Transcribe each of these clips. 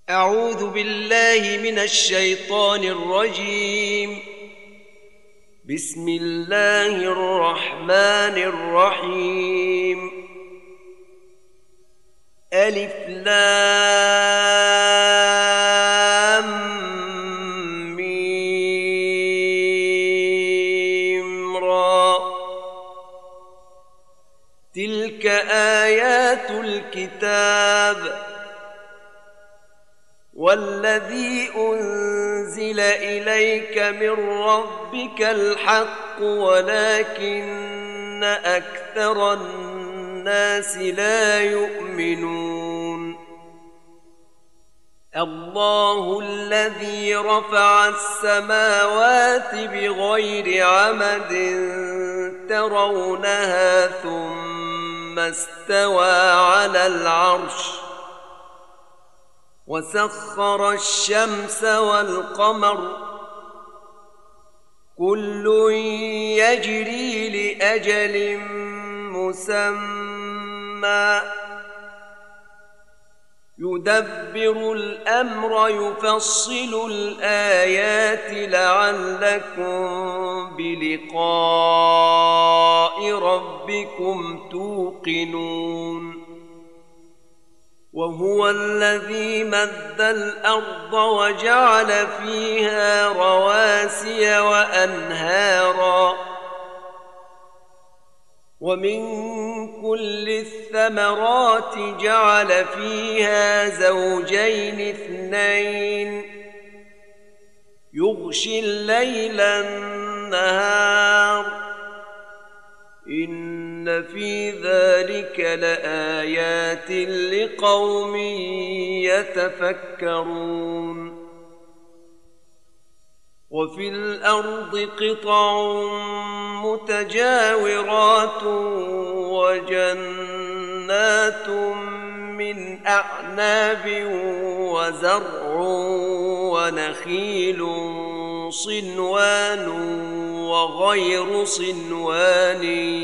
أعوذ بالله من الشيطان الرجيم. بسم الله الرحمن الرحيم. ألف لام ميم را. تلك آيات الكتاب والذي أنزل إليك من ربك الحق ولكن أكثر الناس لا يؤمنون. الله الذي رفع السماوات بغير عمد ترونها ثم استوى على العرش وسخر الشمس والقمر كل يجري لأجل مسمى يدبر الأمر يفصل الآيات لعلكم بلقاء ربكم توقنون. وهو الذي مد الأرض وجعل فيها رواسي وأنهارا ومن كل الثمرات جعل فيها زوجين اثنين يغشي الليل النهار إن في ذلك لآيات لقوم يتفكرون. وفي الأرض قطع متجاورات وجنات من أعناب وزرع ونخيل صنوان وغير صنوان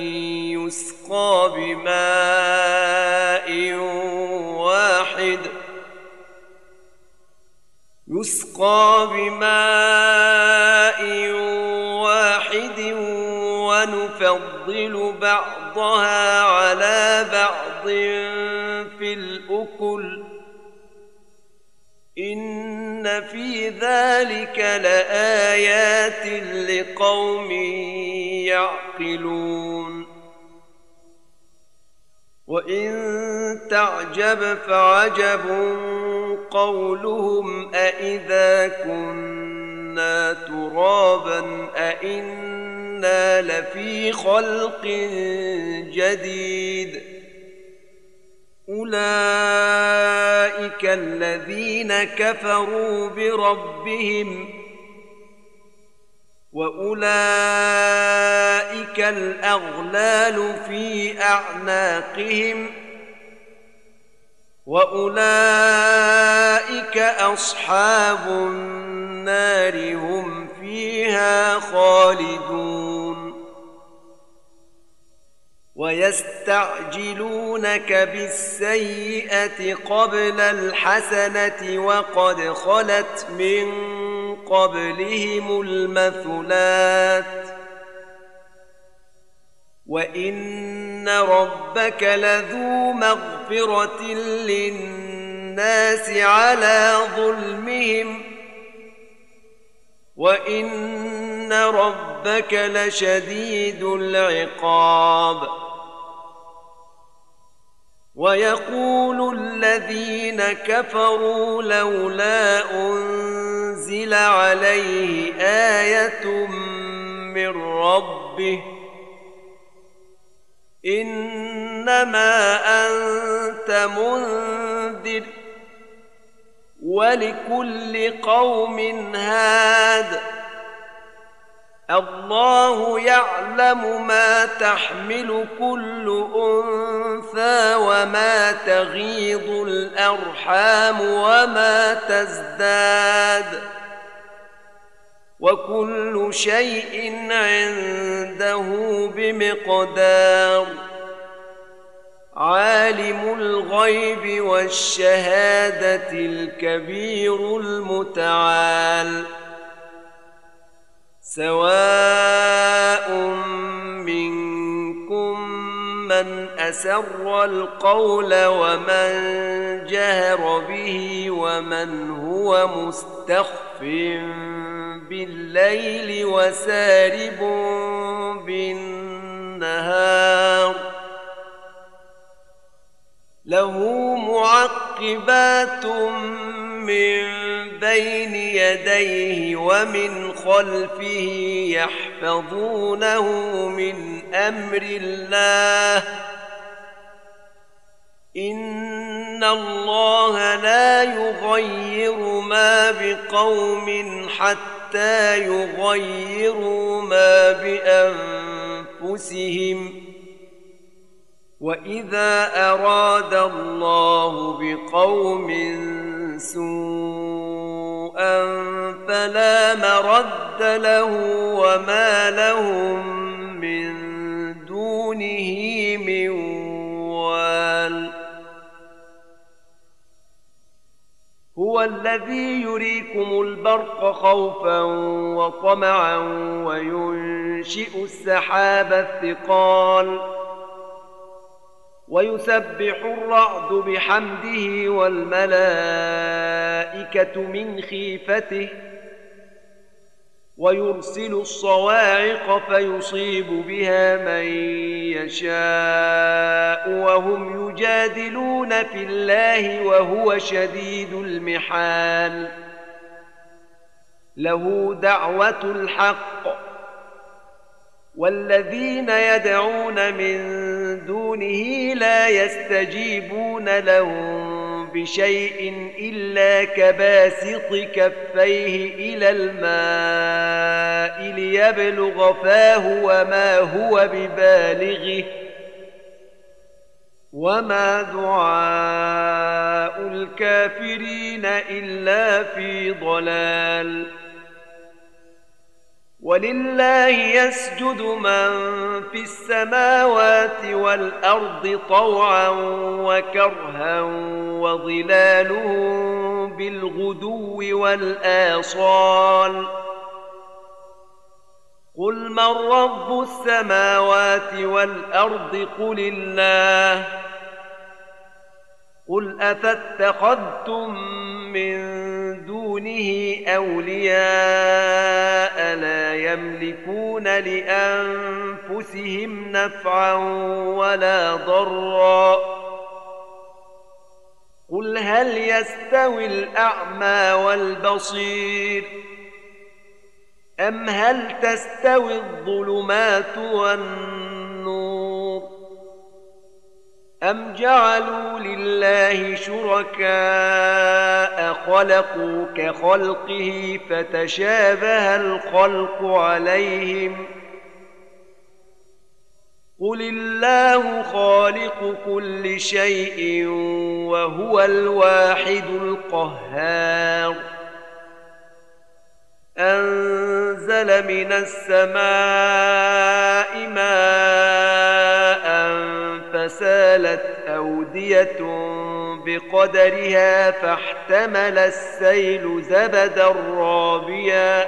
يسقى بماء واحد ونفضل بعضها على بعض في الأكل إن في ذلك لآيات لقوم يعقلون. وإن تعجب فعجب قولهم أإذا كنا ترابا أإنا لفي خلق جديد أولئك الذين كفروا بربهم وأولئك الأغلال في أعناقهم وأولئك أصحاب النار هم فيها خالدون. ويستعجلونك بالسيئة قبل الحسنة وقد خلت من قبلهم المثلات وإن ربك لذو مغفرة للناس على ظلمهم وإن ربك لشديد العقاب. ويقول الذين كفروا لولا أنزل عليه آية من ربه إنما أنت منذر ولكل قوم هاد الله يعلم ما تحمل كل أنثى وما تغيض الأرحام وما تزداد وكل شيء عنده بمقدار عالم الغيب والشهادة الكبير المتعال سواء منكم من أسر القول ومن جهر به ومن هو مستخف بالليل وسارب بالنهار له معقبات من بين يديه ومن خلفه يحفظونه من أمر الله إن الله لا يغير ما بقوم حتى يغيروا ما بأنفسهم وإذا أراد الله بقوم سوءا فلا مرد له وما لهم من دونه من وال هو الذي يريكم البرق خوفا وطمعا وينشئ السحاب الثقال ويسبح الرعد بحمده والملائكة من خيفته ويرسل الصواعق فيصيب بها من يشاء وهم يجادلون في الله وهو شديد المحال له دعوة الحق والذين يدعون من دونه لا يستجيبون لهم بشيء إلا كباسط كفيه إلى الماء ليبلغ فاه وما هو ببالغه وما دعاء الكافرين إلا في ضلال ولله يسجد من في السماوات والأرض طوعا وكرها وظلالهم بالغدو والآصال قل من رب السماوات والأرض قل الله قل أفاتخذتم من دونه أولياء لا يملكون لأنفسهم نفعا ولا ضرا قل هل يستوي الأعمى والبصير أم هل تستوي الظلمات والنور أم جعلوا لله شركاء خلقوا كخلقه فتشابه الخلق عليهم قل الله خالق كل شيء وهو الواحد القهار أنزل من السماء ماء فسالت أودية بقدرها فاحتمل السيل زبدا رابيا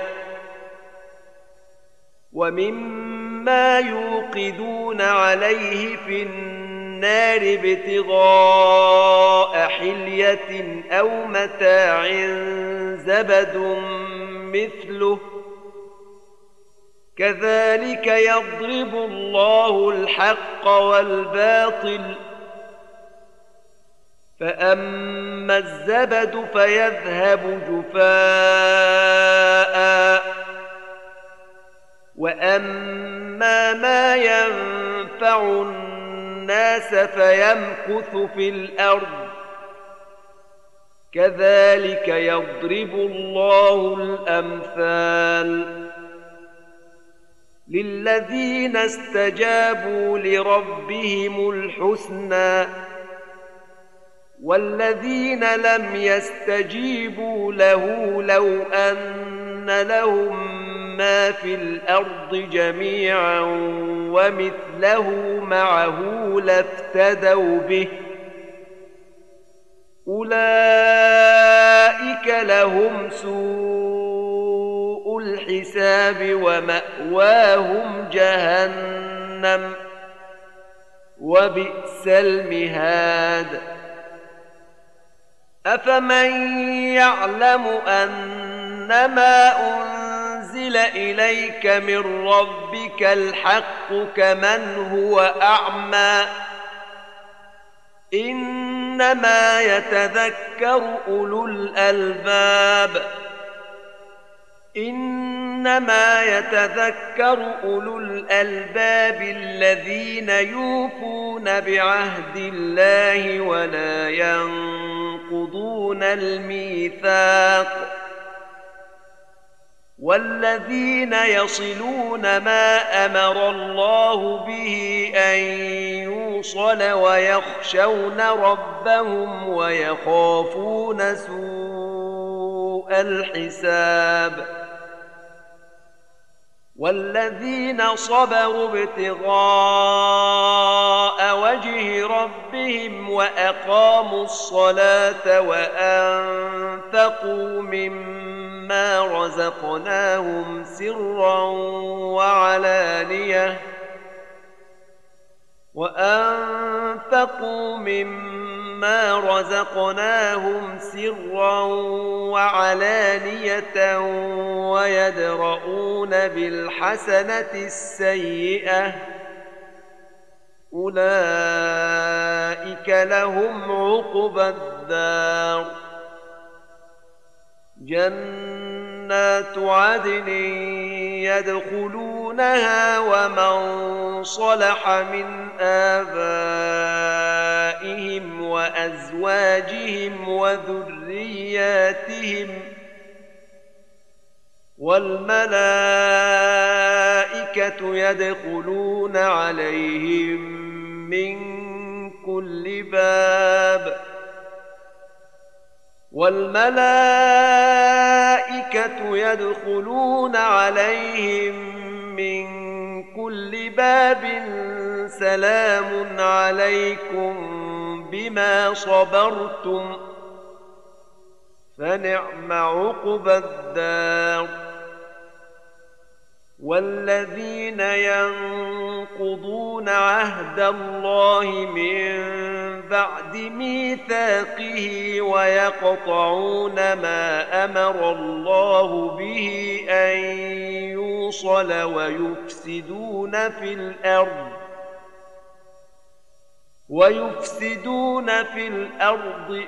ومما يوقدون عليه في النار ابتغاء حلية أو متاع زبد مثله كذلك يضرب الله الحق والباطل فأما الزبد فيذهب جفاء وأما ما ينفع الناس فيمكث في الأرض كذلك يضرب الله الأمثال للذين استجابوا لربهم الحسنى والذين لم يستجيبوا له لو أن لهم ما في الأرض جميعا ومثله معه لافتدوا به أولئك لهم سوء الحساب ومأواهم جهنم وبئس المهاد أفمن يعلم أنما أنزل إليك من ربك الحق كمن هو أعمى إنما يتذكر أولو الألباب الذين يوفون بعهد الله ولا ينقضون الميثاق والذين يصلون ما أمر الله به أن يوصل ويخشون ربهم ويخافون سوء الحساب والذين صبروا ابتغاء وجه ربهم وأقاموا الصلاة وأنفقوا مما رزقناهم سرا وعلانية ويدرؤون بالحسنة السيئة أولئك لهم عقبى الدار جنات عدن يدخلونها ومن صلح من آبائهم وأزواجهم وذرياتهم والملائكة يدخلون عليهم من كل باب سلام عليكم بما صبرتم فنعم عقبى الدار والذين ينقضون عهد الله من بعد ميثاقه ويقطعون ما أمر الله به أن يوصل ويفسدون في الأرض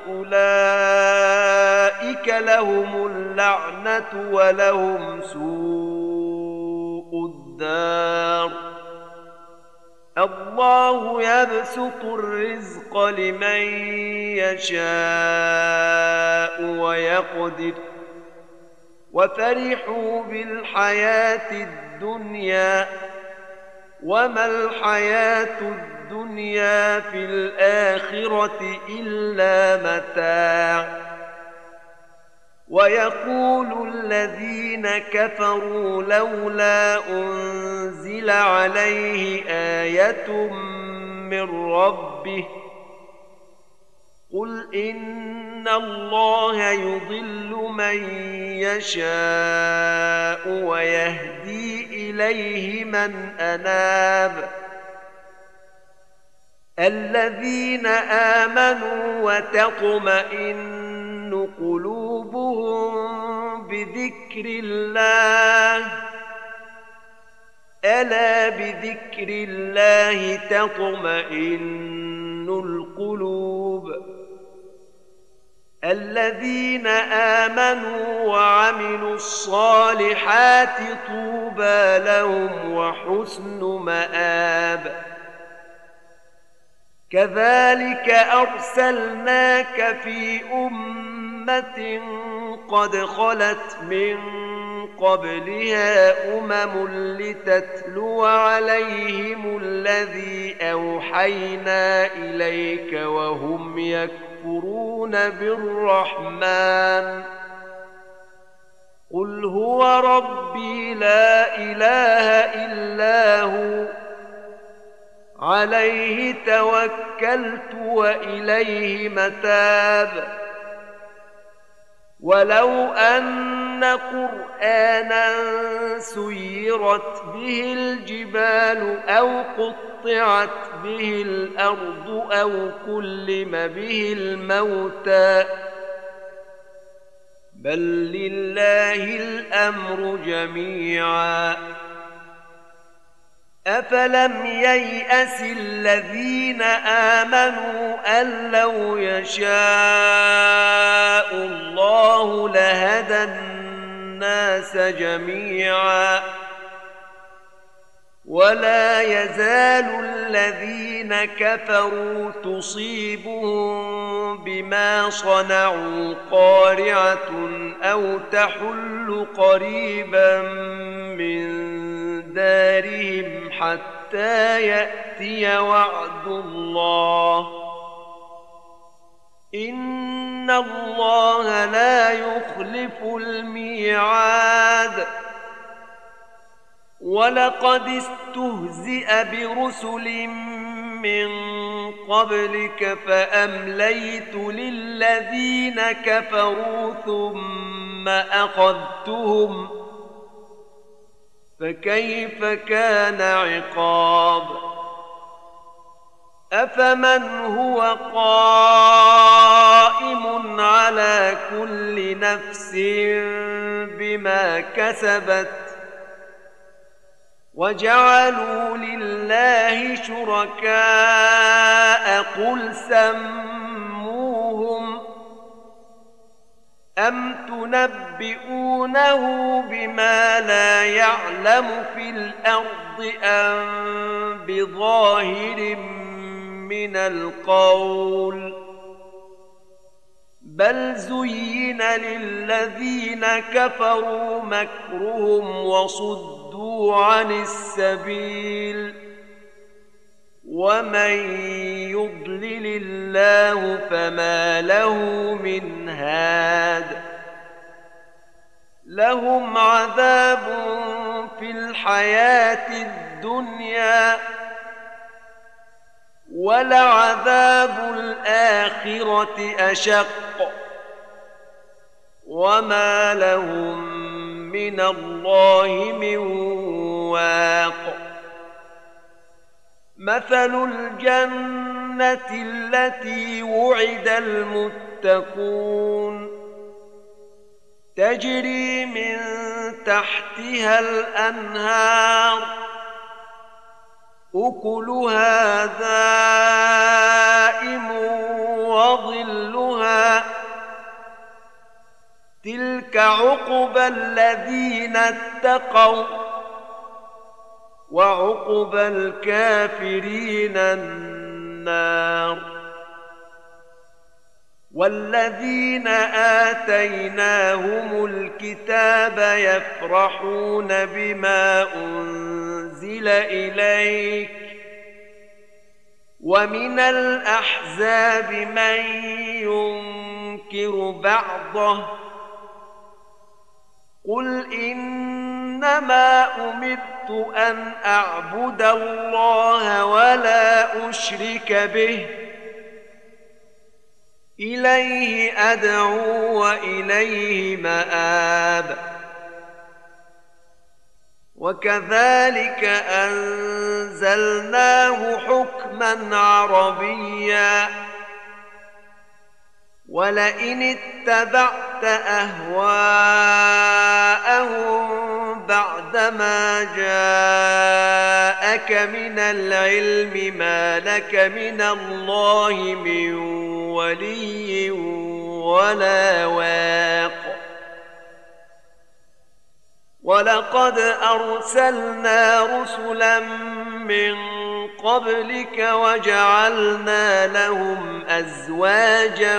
أولئك لهم اللعنة ولهم سوء الدار الله يبسط الرزق لمن يشاء ويقدر وفرحوا بالحياة الدنيا وما الحياة الدنيا في الآخرة إلا متاع ويقول الذين كفروا لولا أنزل عليه آية من ربه قل إن الله يضل من يشاء ويهدي إليه من أناب الذين آمنوا وتطمئن قلوبهم بذكر الله ألا بذكر الله تطمئن القلوب الذين آمنوا وعملوا الصالحات طوبى لهم وحسن مآب كذلك أرسلناك في أمة قد خلت من قبلها لتتلو عليهم الذي أوحينا إليك وهم يكفرون بالرحمن قل هو ربي لا إله إلا هو عليه توكلت وإليه متاب. ولو أن قرآنا سيرت به الجبال أو قطعت به الأرض أو كلم به الموتى بل لله الأمر جميعا. أفلم ييأس الذين آمنوا أن لو يشاء الله لهدى الناس جميعا ولا يزال الذين كفروا تصيبهم بما صنعوا قارعة أو تحل قريبا من دارهم حتى يأتي وعد الله إن الله لا يخلف الميعاد. ولقد استهزئ برسل من قبلك فأمليت للذين كفروا ثم أخذتهم فكيف كان عقاب. أفمن هو قائم على كل نفس بما كسبت وجعلوا لله شركاء قل سموهم أم تنبئونه بما لا يعلم في الأرض أم بظاهر من القول بل زين للذين كفروا مكرهم وصدوا عن السبيل ومن يضلل الله فما له من هاد. لهم عذاب في الحياة الدنيا ولعذاب الآخرة أشق وما لهم من الله من واق. مثل الجنة التي وعد المتقون تجري من تحتها الأنهار أكلها دائم وظلها تلك عقبى الذين اتقوا وعقبى الكافرين النار. والذين آتيناهم الكتاب يفرحون بما أنزل إليك ومن الأحزاب من ينكر بعضه قل إنما أمرت أن أعبد الله ولا أشرك به إليه أدعو وإليه مآب. وكذلك أنزلناه حكما عربيا ولئن اتبعت أهواءهم بعدما جاءك من العلم ما لك من الله من ولي ولا واق. ولقد أرسلنا رسلا من قبلك وجعلنا لهم أزواجا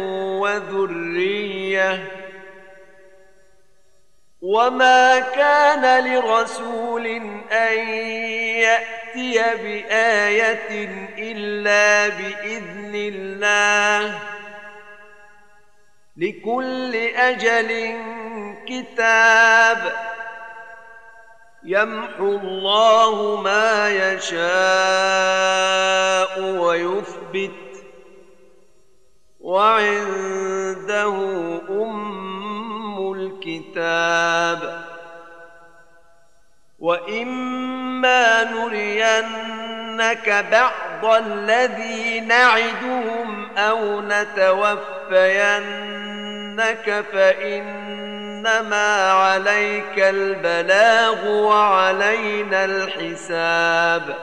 وذرية وما كان لرسول أن يأتي بآية إلا بإذن الله لكل أجل الكتاب يمحو الله ما يشاء ويثبت وعنده أم الكتاب وإما نرينك بعض الذي نعدهم أو نتوفينك فإنما عليك البلاغ وعلينا الحساب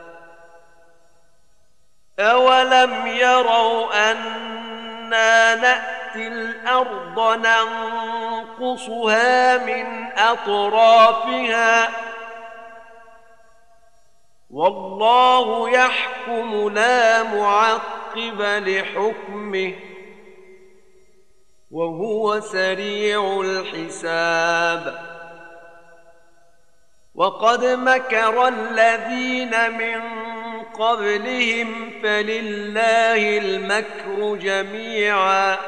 أولم يروا أنا نأتي الأرض ننقصها من أطرافها والله يحكم لا معقب لحكمه وهو سريع الحساب وقد مكر الذين من قبلهم فلله المكر جميعا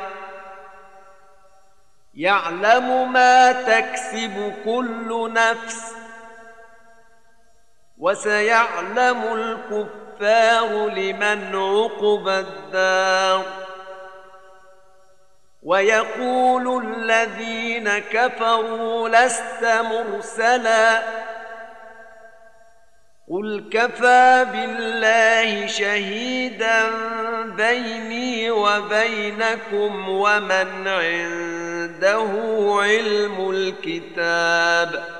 يعلم ما تكسب كل نفس وسيعلم الكفار لمن عقبى الدار ويقول الذين كفروا لست مرسلا قل كفى بالله شهيدا بيني وبينكم ومن عنده علم الكتاب